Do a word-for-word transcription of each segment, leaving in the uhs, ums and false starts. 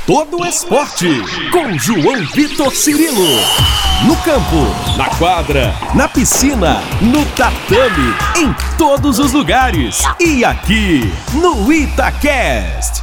todo esporte, com João Vitor Cirilo. No campo, na quadra, na piscina, no tatame, em todos os lugares. E aqui, no Itacast.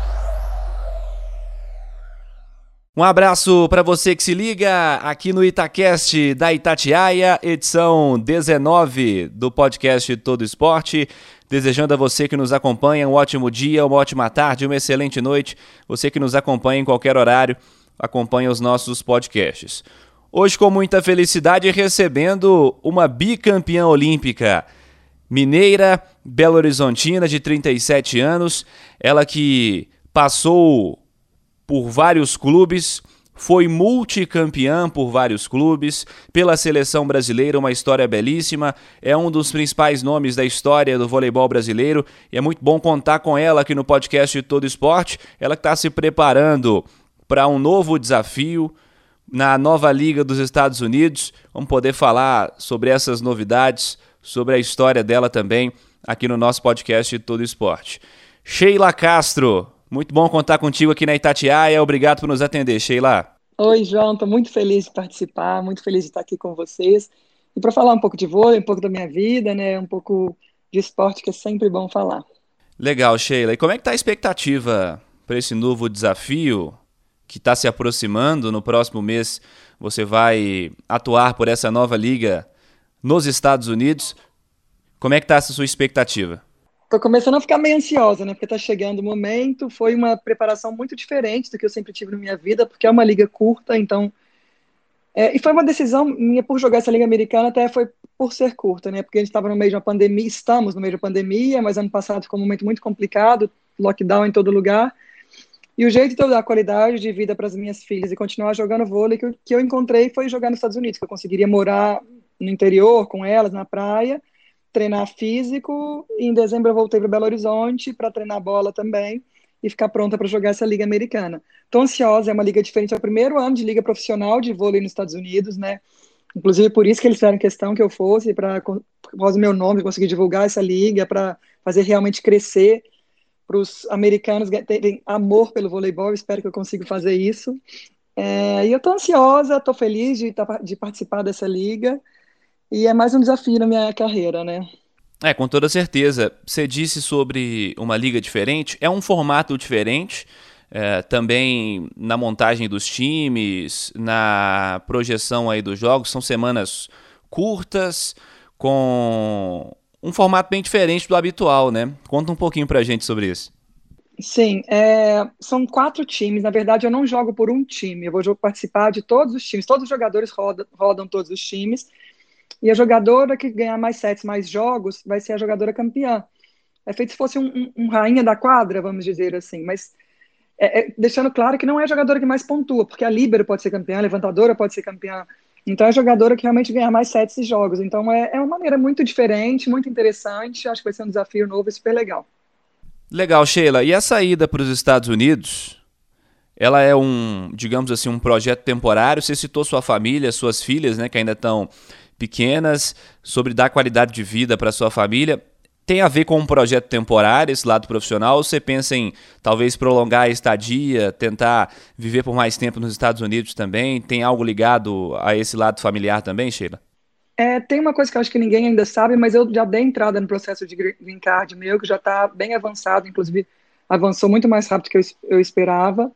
Um abraço para você que se liga aqui no Itacast da Itatiaia, edição dezenove do podcast Todo Esporte. Desejando a você que nos acompanha um ótimo dia, uma ótima tarde, uma excelente noite. Você que nos acompanha em qualquer horário, acompanha os nossos podcasts. Hoje, com muita felicidade, recebendo uma bicampeã olímpica mineira, belo-horizontina, de trinta e sete anos. Ela que passou por vários clubes, foi multicampeã por vários clubes, pela seleção brasileira, uma história belíssima, é um dos principais nomes da história do voleibol brasileiro e é muito bom contar com ela aqui no podcast Todo Esporte, ela que está se preparando para um novo desafio na nova Liga dos Estados Unidos. Vamos poder falar sobre essas novidades, sobre a história dela também aqui no nosso podcast Todo Esporte. Sheila Castro, muito bom contar contigo aqui na Itatiaia. Obrigado por nos atender, Sheila. Oi, João. Estou muito feliz de participar, muito feliz de estar aqui com vocês. E para falar um pouco de vôlei, um pouco da minha vida, né, um pouco de esporte, que é sempre bom falar. Legal, Sheila. E como é que está a expectativa para esse novo desafio que está se aproximando? No próximo mês você vai atuar por essa nova liga nos Estados Unidos. Como é que está essa sua expectativa? Tô começando a ficar meio ansiosa, né? Porque tá chegando o momento. Foi uma preparação muito diferente do que eu sempre tive na minha vida, porque é uma liga curta, então... É, e foi uma decisão minha por jogar essa liga americana, até foi por ser curta, né? Porque a gente estava no meio de uma pandemia, estamos no meio de uma pandemia, mas ano passado ficou um momento muito complicado, lockdown em todo lugar. E o jeito de eu dar qualidade de vida para as minhas filhas e continuar jogando vôlei que eu, que eu encontrei foi jogar nos Estados Unidos, que eu conseguiria morar no interior com elas, na praia, treinar físico, e em dezembro eu voltei para Belo Horizonte para treinar bola também e ficar pronta para jogar essa liga americana. Estou ansiosa, é uma liga diferente, é o primeiro ano de liga profissional de vôlei nos Estados Unidos, né? Inclusive por isso que eles fizeram questão que eu fosse, para, por causa do meu nome, conseguir divulgar essa liga, para fazer realmente crescer, para os americanos terem amor pelo voleibol. Espero que eu consiga fazer isso. É, e eu estou ansiosa, estou feliz de, de participar dessa liga. E é mais um desafio na minha carreira, né? É, com toda certeza. Você disse sobre uma liga diferente, é um formato diferente, é, também na montagem dos times, na projeção aí dos jogos, são semanas curtas, com um formato bem diferente do habitual, né? Conta um pouquinho pra gente sobre isso. Sim, é, são quatro times. Na verdade, eu não jogo por um time, eu vou participar de todos os times, todos os jogadores rodam, rodam todos os times. E a jogadora que ganhar mais sets, mais jogos, vai ser a jogadora campeã. É feito se fosse um, um, um rainha da quadra, vamos dizer assim. Mas é, é, deixando claro que não é a jogadora que mais pontua, porque a líbero pode ser campeã, a levantadora pode ser campeã. Então é a jogadora que realmente ganhar mais sets e jogos. Então é, é uma maneira muito diferente, muito interessante. Acho que vai ser um desafio novo e super legal. Legal, Sheila. E a saída para os Estados Unidos, ela é um, digamos assim, um projeto temporário? Você citou sua família, suas filhas, né, que ainda estão pequenas, sobre dar qualidade de vida para sua família. Tem a ver com um projeto temporário, esse lado profissional, ou você pensa em talvez prolongar a estadia, tentar viver por mais tempo nos Estados Unidos também? Tem algo ligado a esse lado familiar também, Sheila? É, tem uma coisa que eu acho que ninguém ainda sabe, mas eu já dei entrada no processo de green card meu, que já está bem avançado, inclusive avançou muito mais rápido do que eu, eu esperava.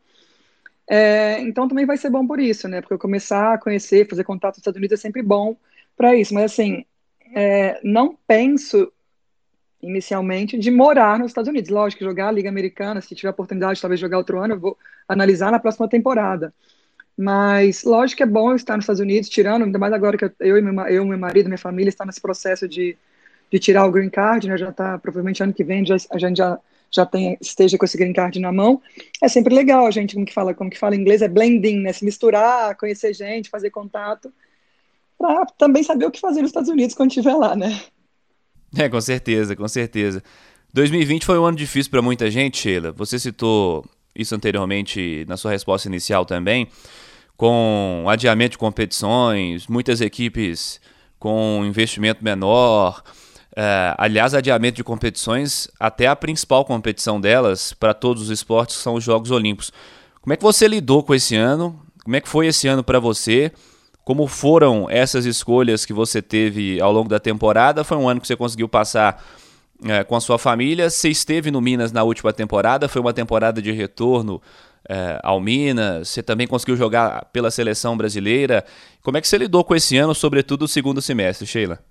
É, então também vai ser bom por isso, né? Porque eu começar a conhecer, fazer contato nos Estados Unidos é sempre bom para isso, mas assim, é, não penso inicialmente de morar nos Estados Unidos. Lógico que jogar a Liga Americana, se tiver a oportunidade de talvez jogar outro ano, eu vou analisar na próxima temporada. Mas lógico que é bom eu estar nos Estados Unidos, tirando, ainda mais agora que eu, eu, e meu, eu meu marido, minha família está nesse processo de, de tirar o green card, né? Já está, provavelmente ano que vem já, a gente já, já tem, esteja com esse green card na mão. É sempre legal a gente, como que fala, como que fala em inglês, é blending, né? Se misturar, conhecer gente, fazer contato, para também saber o que fazer nos Estados Unidos quando estiver lá, né? É, com certeza, com certeza. dois mil e vinte foi um ano difícil para muita gente, Sheila. Você citou isso anteriormente na sua resposta inicial também, com adiamento de competições, muitas equipes com investimento menor, é, aliás, adiamento de competições, até a principal competição delas para todos os esportes, que são os Jogos Olímpicos. Como é que você lidou com esse ano? Como é que foi esse ano para você? Como foram essas escolhas que você teve ao longo da temporada? Foi um ano que você conseguiu passar é, com a sua família. Você esteve no Minas na última temporada, foi uma temporada de retorno é, ao Minas. Você também conseguiu jogar pela seleção brasileira. Como é que você lidou com esse ano, sobretudo o segundo semestre, Sheila?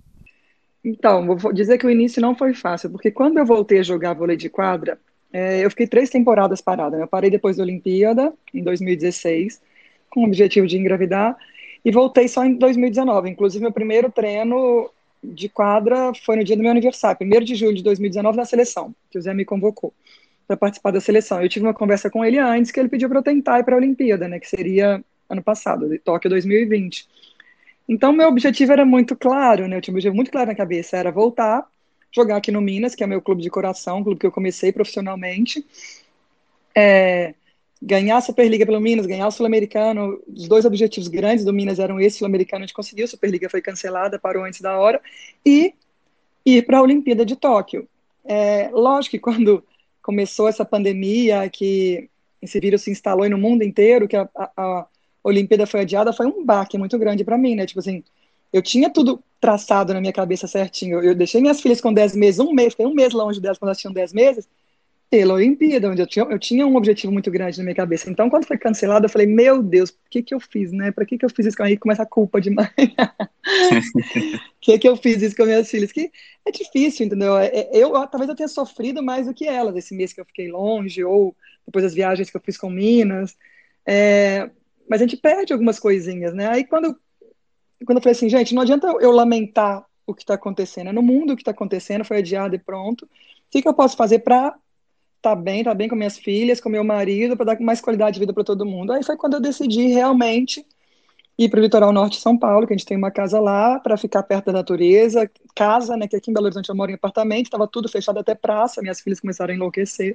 Então, vou dizer que o início não foi fácil, porque quando eu voltei a jogar vôlei de quadra, é, eu fiquei três temporadas parada, né? Eu parei depois da Olimpíada, em dois mil e dezesseis, com o objetivo de engravidar, e voltei só em dois mil e dezenove. Inclusive, meu primeiro treino de quadra foi no dia do meu aniversário, primeiro de julho de dois mil e dezenove, na seleção, que o Zé me convocou para participar da seleção. Eu tive uma conversa com ele antes, que ele pediu para eu tentar ir para a Olimpíada, né? Que seria ano passado, de Tóquio dois mil e vinte. Então, meu objetivo era muito claro, né? Eu tinha um objetivo muito claro na cabeça, era voltar, jogar aqui no Minas, que é meu clube de coração, um clube que eu comecei profissionalmente, é, ganhar a Superliga pelo Minas, ganhar o Sul-Americano. Os dois objetivos grandes do Minas eram esse: Sul-Americano a gente conseguiu, a Superliga foi cancelada, parou antes da hora, e ir para a Olimpíada de Tóquio. É, lógico que quando começou essa pandemia, que esse vírus se instalou no mundo inteiro, que a, a, a Olimpíada foi adiada, foi um baque muito grande para mim, né? Tipo assim, eu tinha tudo traçado na minha cabeça certinho. Eu, eu deixei minhas filhas com dez meses, um mês, fiquei um mês longe delas quando elas tinham dez meses, pela Olimpíada, onde eu tinha, eu tinha um objetivo muito grande na minha cabeça. Então, quando foi cancelado, eu falei, meu Deus, por que que eu fiz, né? Para que que eu fiz isso? Aí começa a culpa demais. Por que que eu fiz isso com minhas filhas? Que é difícil, entendeu? Eu, eu, talvez eu tenha sofrido mais do que elas, esse mês que eu fiquei longe, ou depois das viagens que eu fiz com Minas. É, mas a gente perde algumas coisinhas, né? Aí quando, quando eu falei assim, gente, não adianta eu lamentar o que está acontecendo. É no mundo o que está acontecendo, foi adiado e pronto. O que que eu posso fazer para estar tá bem, estar tá bem com minhas filhas, com meu marido, para dar mais qualidade de vida para todo mundo? Aí foi quando eu decidi realmente ir para o litoral norte de São Paulo, que a gente tem uma casa lá, para ficar perto da natureza. Casa, né, que aqui em Belo Horizonte eu moro em apartamento, estava tudo fechado até praça, minhas filhas começaram a enlouquecer.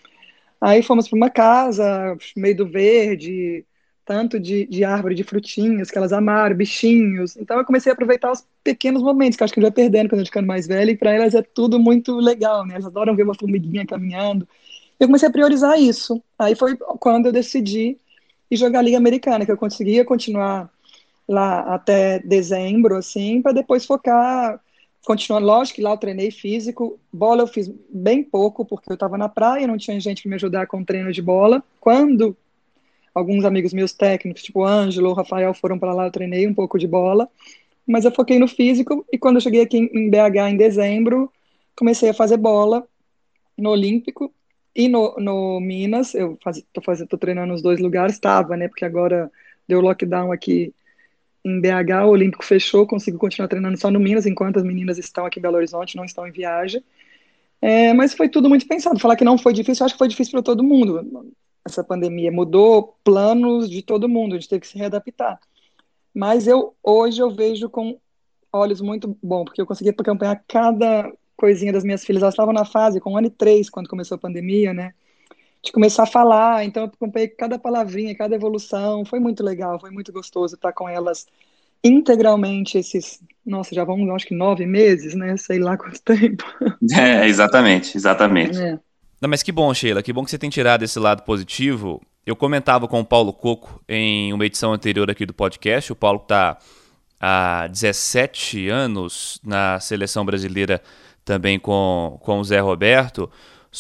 Aí fomos para uma casa, meio do verde, tanto de, de árvore, de frutinhas, que elas amaram, bichinhos. Então eu comecei a aproveitar os pequenos momentos, que eu acho que a gente vai perdendo quando a gente fica mais velha, e para elas é tudo muito legal, né? Elas adoram ver uma formiguinha caminhando. Eu comecei a priorizar isso. Aí foi quando eu decidi ir jogar a Liga Americana, que eu conseguia continuar lá até dezembro, assim, para depois focar, continuar. Lógico que lá eu treinei físico, bola eu fiz bem pouco, porque eu estava na praia, não tinha gente para me ajudar com treino de bola. Quando alguns amigos meus técnicos, tipo o Ângelo, o Rafael, foram para lá, eu treinei um pouco de bola, mas eu foquei no físico, e quando eu cheguei aqui em B H em dezembro, comecei a fazer bola no Olímpico e no, no Minas. Eu faz, tô, fazendo, tô treinando nos dois lugares, estava, né, porque agora deu lockdown aqui em B H, o Olímpico fechou, consigo continuar treinando só no Minas, enquanto as meninas estão aqui em Belo Horizonte, não estão em viagem. É, mas foi tudo muito pensado. Falar que não foi difícil, eu acho que foi difícil para todo mundo. Essa pandemia mudou planos de todo mundo, a gente teve que se readaptar. Mas eu hoje eu vejo com olhos muito bons, porque eu consegui acompanhar cada coisinha das minhas filhas. Elas estavam na fase com um ano e três, quando começou a pandemia, né? De começar a falar, então eu acompanhei cada palavrinha, cada evolução. Foi muito legal, foi muito gostoso estar com elas integralmente esses, nossa, já vamos, acho que nove meses, né? Sei lá quanto tempo. É, exatamente, exatamente. É. Não, mas que bom, Sheila, que bom que você tem tirado esse lado positivo. Eu comentava com o Paulo Coco em uma edição anterior aqui do podcast. O Paulo está há dezessete anos na seleção brasileira também com, com o Zé Roberto,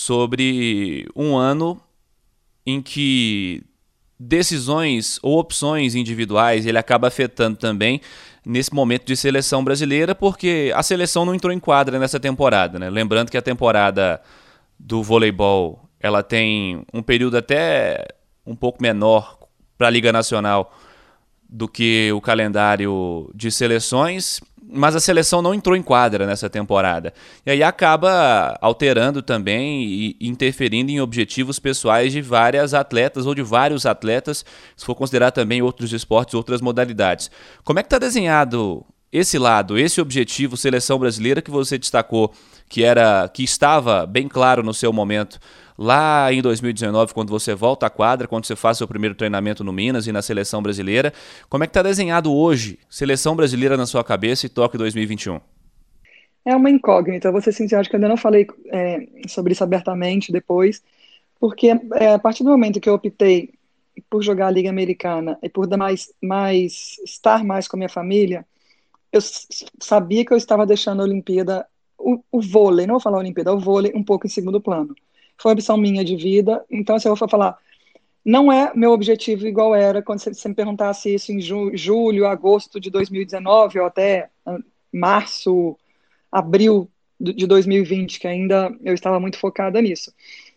sobre um ano em que decisões ou opções individuais ele acaba afetando também nesse momento de seleção brasileira, porque a seleção não entrou em quadra nessa temporada, né? Lembrando que a temporada do voleibol ela tem um período até um pouco menor para a Liga Nacional do que o calendário de seleções, mas a seleção não entrou em quadra nessa temporada. E aí acaba alterando também e interferindo em objetivos pessoais de várias atletas ou de vários atletas, se for considerar também outros esportes, outras modalidades. Como é que está desenhado esse lado, esse objetivo seleção brasileira que você destacou, que era, que estava bem claro no seu momento lá em dois mil e dezenove, quando você volta à quadra, quando você faz seu primeiro treinamento no Minas e na seleção brasileira? Como é que está desenhado hoje, seleção brasileira na sua cabeça e Tóquio dois mil e vinte e um? É uma incógnita, vou ser sincero, acho que eu ainda não falei é, sobre isso abertamente depois, Porque é, a partir do momento que eu optei por jogar a Liga Americana e por dar mais, mais, estar mais com a minha família, eu sabia que eu estava deixando a Olimpíada, o, o vôlei, não vou falar Olimpíada, o vôlei um pouco em segundo plano. Foi uma opção minha de vida, então se eu for falar, não é meu objetivo igual era quando você, você me perguntasse isso em ju, julho, agosto de dois mil e dezenove, ou até março, abril de dois mil e vinte, que ainda eu estava muito focada nisso.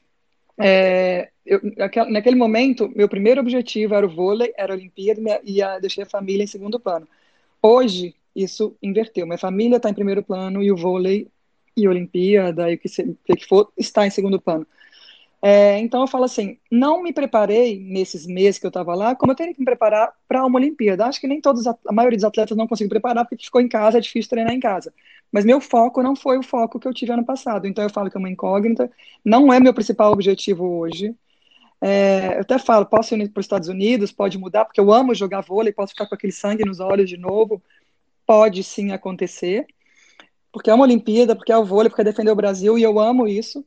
É, eu, naquele momento, meu primeiro objetivo era o vôlei, era a Olimpíada, e a, deixei a família em segundo plano. Hoje, isso inverteu. Minha família está em primeiro plano e o vôlei e a Olimpíada e o que, se, o que for está em segundo plano. É, então eu falo assim, não me preparei nesses meses que eu estava lá como eu teria que me preparar para uma Olimpíada. Acho que nem todos, a maioria dos atletas não conseguiu preparar porque ficou em casa, é difícil treinar em casa. Mas meu foco não foi o foco que eu tive ano passado. Então eu falo que é uma incógnita, não é meu principal objetivo hoje. É, eu até falo, posso ir para os Estados Unidos, pode mudar, porque eu amo jogar vôlei, posso ficar com aquele sangue nos olhos de novo, pode sim acontecer, porque é uma Olimpíada, porque é o vôlei, porque é defender o Brasil, e eu amo isso.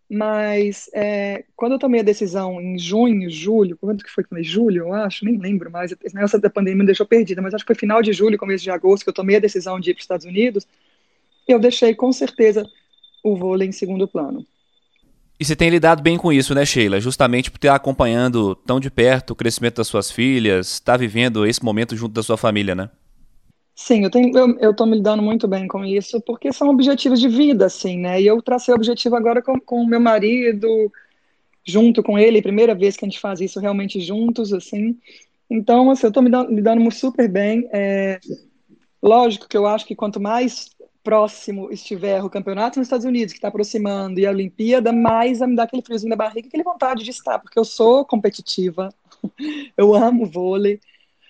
Mas é, quando eu tomei a decisão em junho, julho, quando que foi que foi? Julho, eu acho, nem lembro mais, esse negócio da pandemia me deixou perdida, mas acho que foi final de julho, começo de agosto, que eu tomei a decisão de ir para os Estados Unidos, eu deixei com certeza o vôlei em segundo plano. E você tem lidado bem com isso, né, Sheila? Justamente por estar acompanhando tão de perto o crescimento das suas filhas, estar vivendo esse momento junto da sua família, né? Sim, eu tenho, eu, eu tô me lidando muito bem com isso, porque são objetivos de vida, assim, né? E eu tracei o objetivo agora com, com o meu marido, junto com ele, primeira vez que a gente faz isso realmente juntos, assim. Então, assim, eu tô me dando, me dando super bem. É, lógico que eu acho que quanto mais próximo estiver o campeonato nos Estados Unidos, que está aproximando, e a Olimpíada, mais a me dar aquele friozinho na barriga, aquele vontade de estar, porque eu sou competitiva, eu amo vôlei,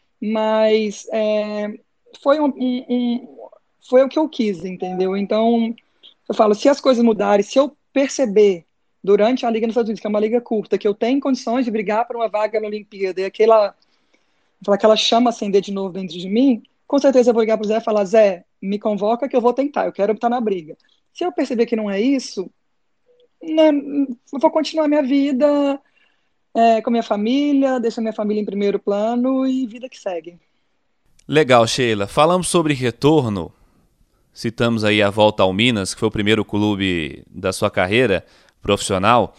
mas é, foi, um, um, um, foi o que eu quis, entendeu? Então, eu falo, se as coisas mudarem, se eu perceber durante a Liga nos Estados Unidos, que é uma liga curta, que eu tenho condições de brigar por uma vaga na Olimpíada, e aquela, aquela chama acender de novo dentro de mim, com certeza eu vou ligar para o Zé e falar, Zé, me convoca que eu vou tentar, eu quero estar na briga. Se eu perceber que não é isso, né, eu vou continuar minha vida é, com minha família, deixar minha família em primeiro plano e vida que segue. Legal, Sheila. Falamos sobre retorno, citamos aí a volta ao Minas, que foi o primeiro clube da sua carreira profissional,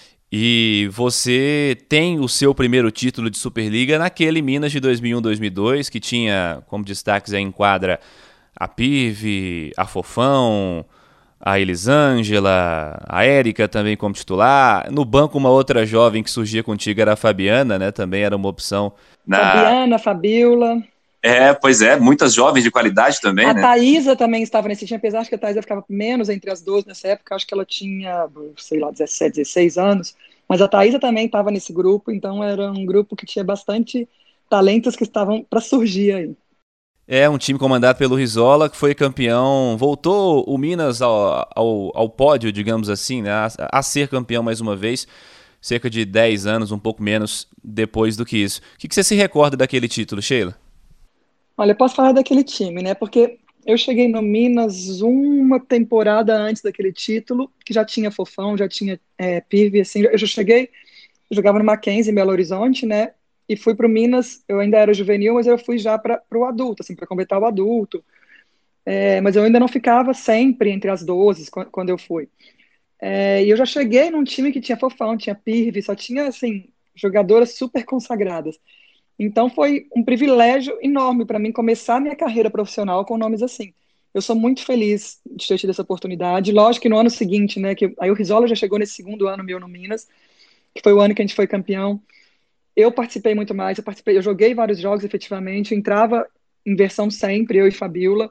e você tem o seu primeiro título de Superliga naquele Minas de dois mil e um, dois mil e dois, que tinha como destaques aí em quadra a Pirvi, a Fofão, a Elisângela, a Érica também como titular. No banco, uma outra jovem que surgia contigo era a Fabiana, né? Também era uma opção. Na... Fabiana, Fabiola. É, pois é, muitas jovens de qualidade também, a né? A Thaísa também estava nesse time, apesar de que a Thaísa ficava menos entre as duas nessa época, acho que ela tinha, sei lá, dezessete, dezesseis anos, mas a Thaísa também estava nesse grupo, então era um grupo que tinha bastante talentos que estavam para surgir aí. É um time comandado pelo Rizola, que foi campeão, voltou o Minas ao, ao, ao pódio, digamos assim, né, a, a ser campeão mais uma vez, cerca de dez anos, um pouco menos depois do que isso. O que, que você se recorda daquele título, Sheila? Olha, eu posso falar daquele time, né? Porque eu cheguei no Minas uma temporada antes daquele título, que já tinha Fofão, já tinha é, Pirvi, assim. Eu já cheguei, eu jogava no Mackenzie, em Belo Horizonte, né? E fui para o Minas, eu ainda era juvenil, mas eu fui já para o adulto, assim, para completar o adulto. É, mas eu ainda não ficava sempre entre as doze quando eu fui. É, e eu já cheguei num time que tinha Fofão, tinha Pirvi, só tinha, assim, jogadoras super consagradas. Então foi um privilégio enorme para mim começar minha carreira profissional com nomes assim. Eu sou muito feliz de ter tido essa oportunidade. Lógico que no ano seguinte, né, que aí o Rizola já chegou nesse segundo ano meu no Minas, que foi o ano que a gente foi campeão. Eu participei muito mais, eu participei, eu joguei vários jogos efetivamente, entrava em versão sempre, eu e Fabiola.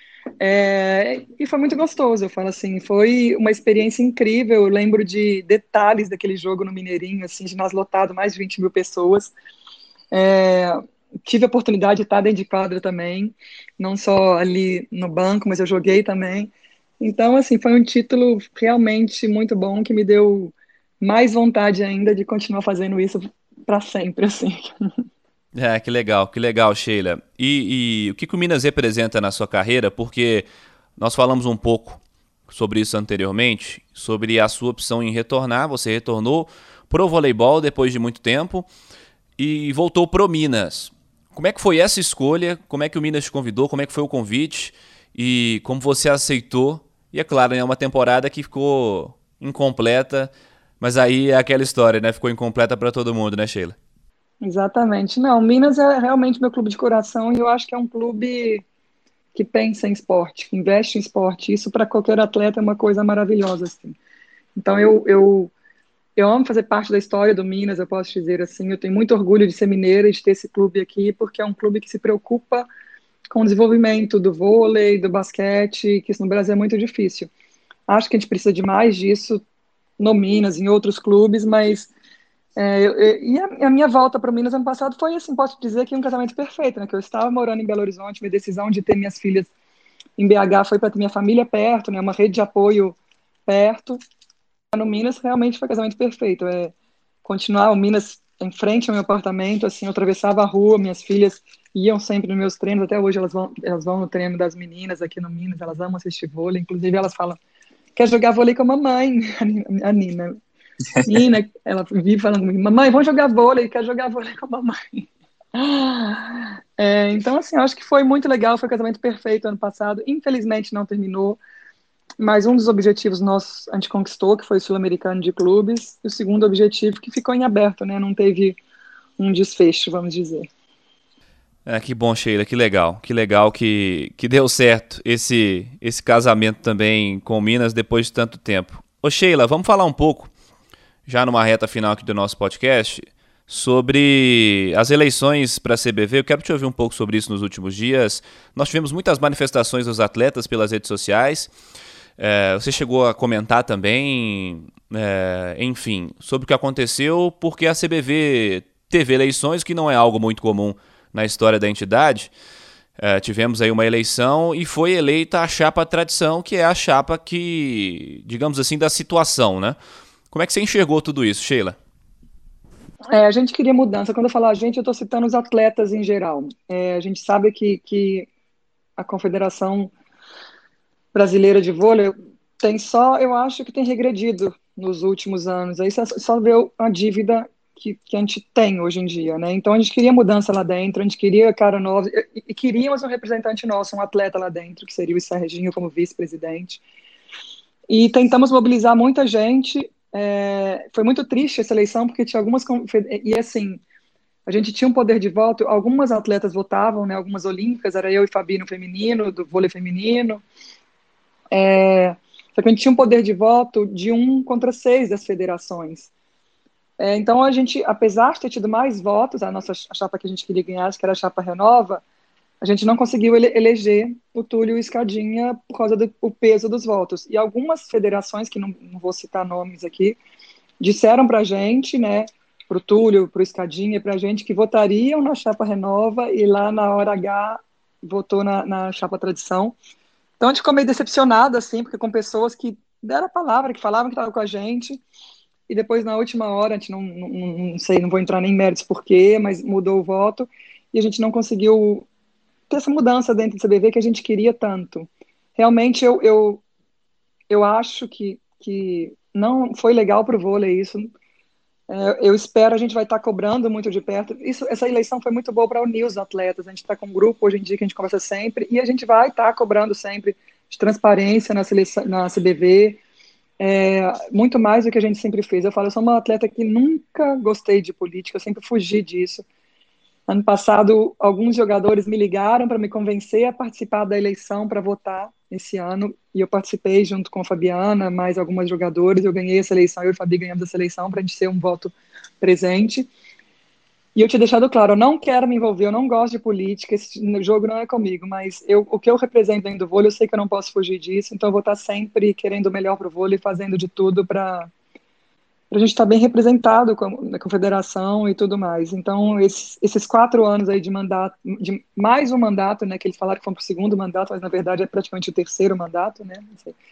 É, e foi muito gostoso, eu falo assim, foi uma experiência incrível. Eu lembro de detalhes daquele jogo no Mineirinho, assim, de nós lotado, mais de vinte mil pessoas. É, tive a oportunidade de estar dentro de quadra também, não só ali no banco, mas eu joguei também. Então, assim, foi um título realmente muito bom, que me deu mais vontade ainda de continuar fazendo isso para sempre, assim. É, que legal, que legal, Sheila. E, e o que, que o Minas representa na sua carreira? Porque nós falamos um pouco sobre isso anteriormente, sobre a sua opção em retornar. Você retornou pro voleibol depois de muito tempo e voltou pro Minas. Como é que foi essa escolha? Como é que o Minas te convidou? Como é que foi o convite? E como você aceitou? E é claro, é uma temporada que ficou incompleta, mas aí é aquela história, né? Ficou incompleta para todo mundo, né, Sheila? Exatamente. Não, Minas é realmente meu clube de coração e eu acho que é um clube que pensa em esporte, que investe em esporte. Isso para qualquer atleta é uma coisa maravilhosa, assim. Então eu, eu, eu amo fazer parte da história do Minas, eu posso dizer assim. Eu tenho muito orgulho de ser mineira e de ter esse clube aqui, porque é um clube que se preocupa com o desenvolvimento do vôlei, do basquete, que isso no Brasil é muito difícil. Acho que a gente precisa de mais disso no Minas, em outros clubes, mas é, eu, eu, e a, a minha volta para o Minas ano passado foi, assim, posso dizer que um casamento perfeito, né? Que eu estava morando em Belo Horizonte, minha decisão de ter minhas filhas em B H foi para ter minha família perto, né? Uma rede de apoio perto. No Minas realmente foi o casamento perfeito. É continuar o Minas em frente ao meu apartamento, assim, eu atravessava a rua, minhas filhas iam sempre nos meus treinos, até hoje elas vão, elas vão no treino das meninas aqui no Minas, elas amam assistir vôlei, inclusive elas falam, quer jogar vôlei com a mamãe, a Nina. Nina, ela vive falando comigo, mamãe, vamos jogar vôlei, quer jogar vôlei com a mamãe. É, então, assim, eu acho que foi muito legal, foi o casamento perfeito ano passado, infelizmente não terminou, mas um dos objetivos nossos a gente conquistou, que foi o Sul-Americano de Clubes, e o segundo objetivo que ficou em aberto, né? Não teve um desfecho, vamos dizer. É, que bom, Sheila, que legal. Que legal que, que deu certo esse, esse casamento também com o Minas depois de tanto tempo. Ô Sheila, vamos falar um pouco, já numa reta final aqui do nosso podcast, sobre as eleições para a C B V. Eu quero te ouvir um pouco sobre isso nos últimos dias. Nós tivemos muitas manifestações dos atletas pelas redes sociais. É, você chegou a comentar também, é, enfim, sobre o que aconteceu, porque a C B V teve eleições, que não é algo muito comum na história da entidade. É, tivemos aí uma eleição e foi eleita a chapa tradição, que é a chapa que, digamos assim, da situação, né? Como é que você enxergou tudo isso, Sheila? É, a gente queria mudança. Quando eu falo a gente, eu estou citando os atletas em geral. É, a gente sabe que, que a Confederação Brasileira de Vôlei tem só, eu acho que tem regredido nos últimos anos. Aí só, só vê a dívida que, que a gente tem hoje em dia, né? Então a gente queria mudança lá dentro, a gente queria cara nova, e, e queríamos um representante nosso, um atleta lá dentro, que seria o Serginho como vice-presidente. E tentamos mobilizar muita gente. É, foi muito triste essa eleição, porque tinha algumas... E assim, a gente tinha um poder de voto, algumas atletas votavam, né? Algumas olímpicas, era eu e Fabi no feminino, do vôlei feminino. É, só que a gente tinha um poder de voto de um contra seis das federações. É, então a gente, apesar de ter tido mais votos, a nossa a chapa que a gente queria ganhar, que era a chapa Renova, a gente não conseguiu ele, eleger o Túlio Escadinha por causa do o peso dos votos. E algumas federações, que não, não vou citar nomes aqui, disseram para a gente, né, para o Túlio, para o Escadinha, para a gente, que votariam na chapa Renova e lá na hora H votou na, na chapa Tradição. Então a gente ficou meio decepcionado, assim, porque com pessoas que deram a palavra, que falavam que estavam com a gente, e depois na última hora, a gente não, não, não sei, não vou entrar nem em méritos por quê, mas mudou o voto, e a gente não conseguiu ter essa mudança dentro do C B V que a gente queria tanto. Realmente eu, eu, eu acho que, que não foi legal para o vôlei isso. É, eu espero, a gente vai estar cobrando muito de perto. Isso, essa eleição foi muito boa para unir os atletas. A gente está com um grupo hoje em dia que a gente conversa sempre, e a gente vai estar cobrando sempre de transparência na, seleção, na C B V, é, muito mais do que a gente sempre fez. Eu falo, eu sou uma atleta que nunca gostei de política, eu sempre fugi disso. Ano passado, alguns jogadores me ligaram para me convencer a participar da eleição para votar esse ano, e eu participei junto com a Fabiana, mais algumas jogadores, eu ganhei essa eleição, eu e o Fabi ganhamos essa eleição para a gente ser um voto presente. E eu tinha deixado claro, eu não quero me envolver, eu não gosto de política, esse jogo não é comigo, mas eu, o que eu represento dentro do vôlei, eu sei que eu não posso fugir disso, então eu vou estar sempre querendo o melhor para o vôlei, fazendo de tudo para a gente estar bem representado na confederação e tudo mais. Então, esses, esses quatro anos aí de mandato, de mais um mandato, né, que eles falaram que foi para o segundo mandato, mas na verdade é praticamente o terceiro mandato, né, não sei.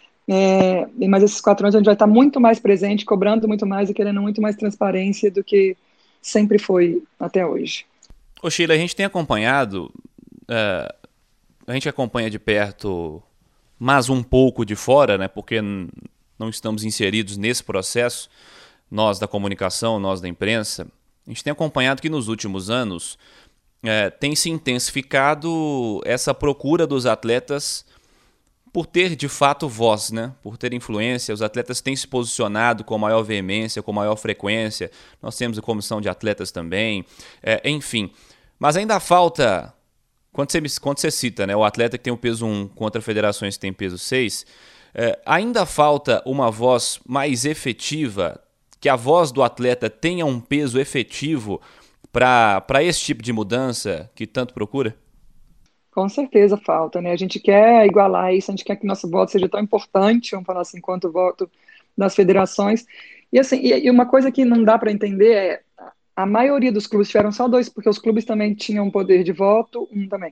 É, mas esses quatro anos a gente vai estar muito mais presente, cobrando muito mais e querendo muito mais transparência do que sempre foi até hoje. Ô Sheila, a gente tem acompanhado, uh, a gente acompanha de perto, mas um pouco de fora, né, porque não estamos inseridos nesse processo, nós da comunicação, nós da imprensa, a gente tem acompanhado que nos últimos anos é, tem se intensificado essa procura dos atletas por ter de fato voz, né? Por ter influência. Os atletas têm se posicionado com maior veemência, com maior frequência. Nós temos a comissão de atletas também, é, enfim. Mas ainda falta, quando você, quando você cita, né, o atleta que tem o peso um contra federações que tem peso seis, é, ainda falta uma voz mais efetiva, que a voz do atleta tenha um peso efetivo para esse tipo de mudança que tanto procura? Com certeza falta, né? A gente quer igualar isso, a gente quer que nosso voto seja tão importante, vamos falar assim, quanto o voto das federações. E assim, e, e uma coisa que não dá para entender é, a maioria dos clubes tiveram só dois, porque os clubes também tinham poder de voto, um também.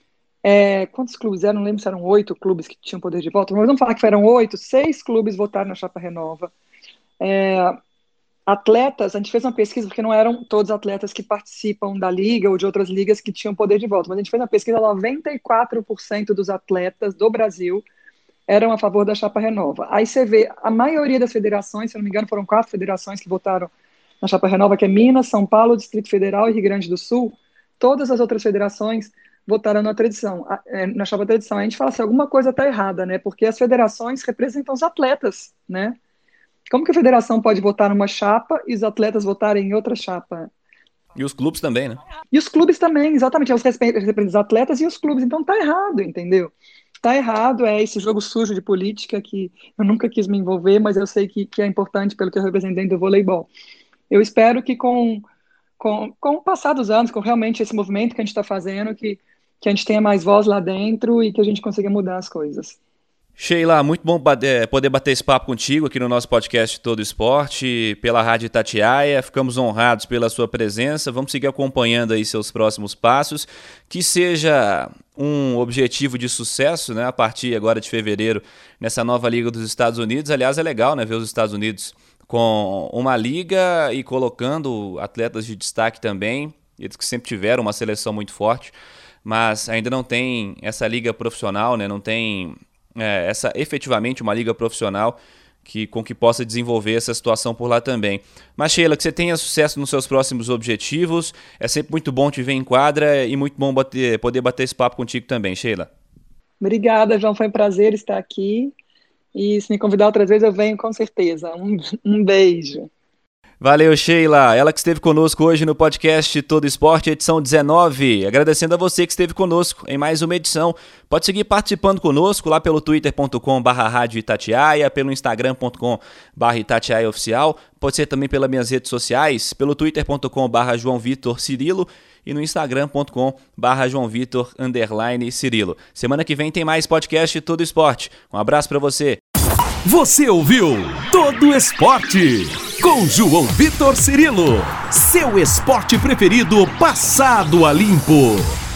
É, quantos clubes eram? Não lembro se eram oito clubes que tinham poder de voto, mas vamos falar que foram oito, seis clubes votaram na Chapa Renova. É, atletas, a gente fez uma pesquisa, porque não eram todos atletas que participam da liga ou de outras ligas que tinham poder de voto, mas a gente fez uma pesquisa, noventa e quatro por cento dos atletas do Brasil eram a favor da Chapa Renova. Aí você vê, a maioria das federações, se eu não me engano, foram quatro federações que votaram na Chapa Renova, que é Minas, São Paulo, Distrito Federal e Rio Grande do Sul. Todas as outras federações votaram na tradição, na Chapa Tradição. A gente fala assim, alguma coisa está errada, né? Porque as federações representam os atletas, né? Como que a federação pode votar numa chapa e os atletas votarem em outra chapa? E os clubes também, né? E os clubes também, exatamente. Eles representam os atletas e os clubes. Então tá errado, entendeu? Tá errado, é esse jogo sujo de política que eu nunca quis me envolver, mas eu sei que, que é importante pelo que eu representei do voleibol. Eu espero que com, com, com o passar dos anos, com realmente esse movimento que a gente está fazendo, que, que a gente tenha mais voz lá dentro e que a gente consiga mudar as coisas. Sheila, muito bom poder bater esse papo contigo aqui no nosso podcast Todo Esporte, pela Rádio Itatiaia. Ficamos honrados pela sua presença. Vamos seguir acompanhando aí seus próximos passos. Que seja um objetivo de sucesso, né, a partir agora de fevereiro, nessa nova Liga dos Estados Unidos. Aliás, é legal, né, ver os Estados Unidos com uma liga e colocando atletas de destaque também. Eles que sempre tiveram uma seleção muito forte, mas ainda não tem essa liga profissional, né, não tem... É, essa efetivamente uma liga profissional que, com que possa desenvolver essa situação por lá também. Mas Sheila, que você tenha sucesso nos seus próximos objetivos, é sempre muito bom te ver em quadra e muito bom bater, poder bater esse papo contigo também, Sheila. Obrigada, João, foi um prazer estar aqui e se me convidar outras vezes eu venho com certeza. Um, um beijo. Valeu, Sheila. Ela que esteve conosco hoje no podcast Todo Esporte, edição dezenove. Agradecendo a você que esteve conosco em mais uma edição. Pode seguir participando conosco lá pelo twitter ponto com barra rádio Itatiaia, pelo instagram ponto com barra Itatiaia oficial. Pode ser também pelas minhas redes sociais, pelo twitter ponto com barra João Vitor Cirilo e no instagram ponto com barra João Vitor underline Cirilo. Semana que vem tem mais podcast Todo Esporte. Um abraço para você. Você ouviu Todo Esporte com João Vitor Cirilo, seu esporte preferido passado a limpo.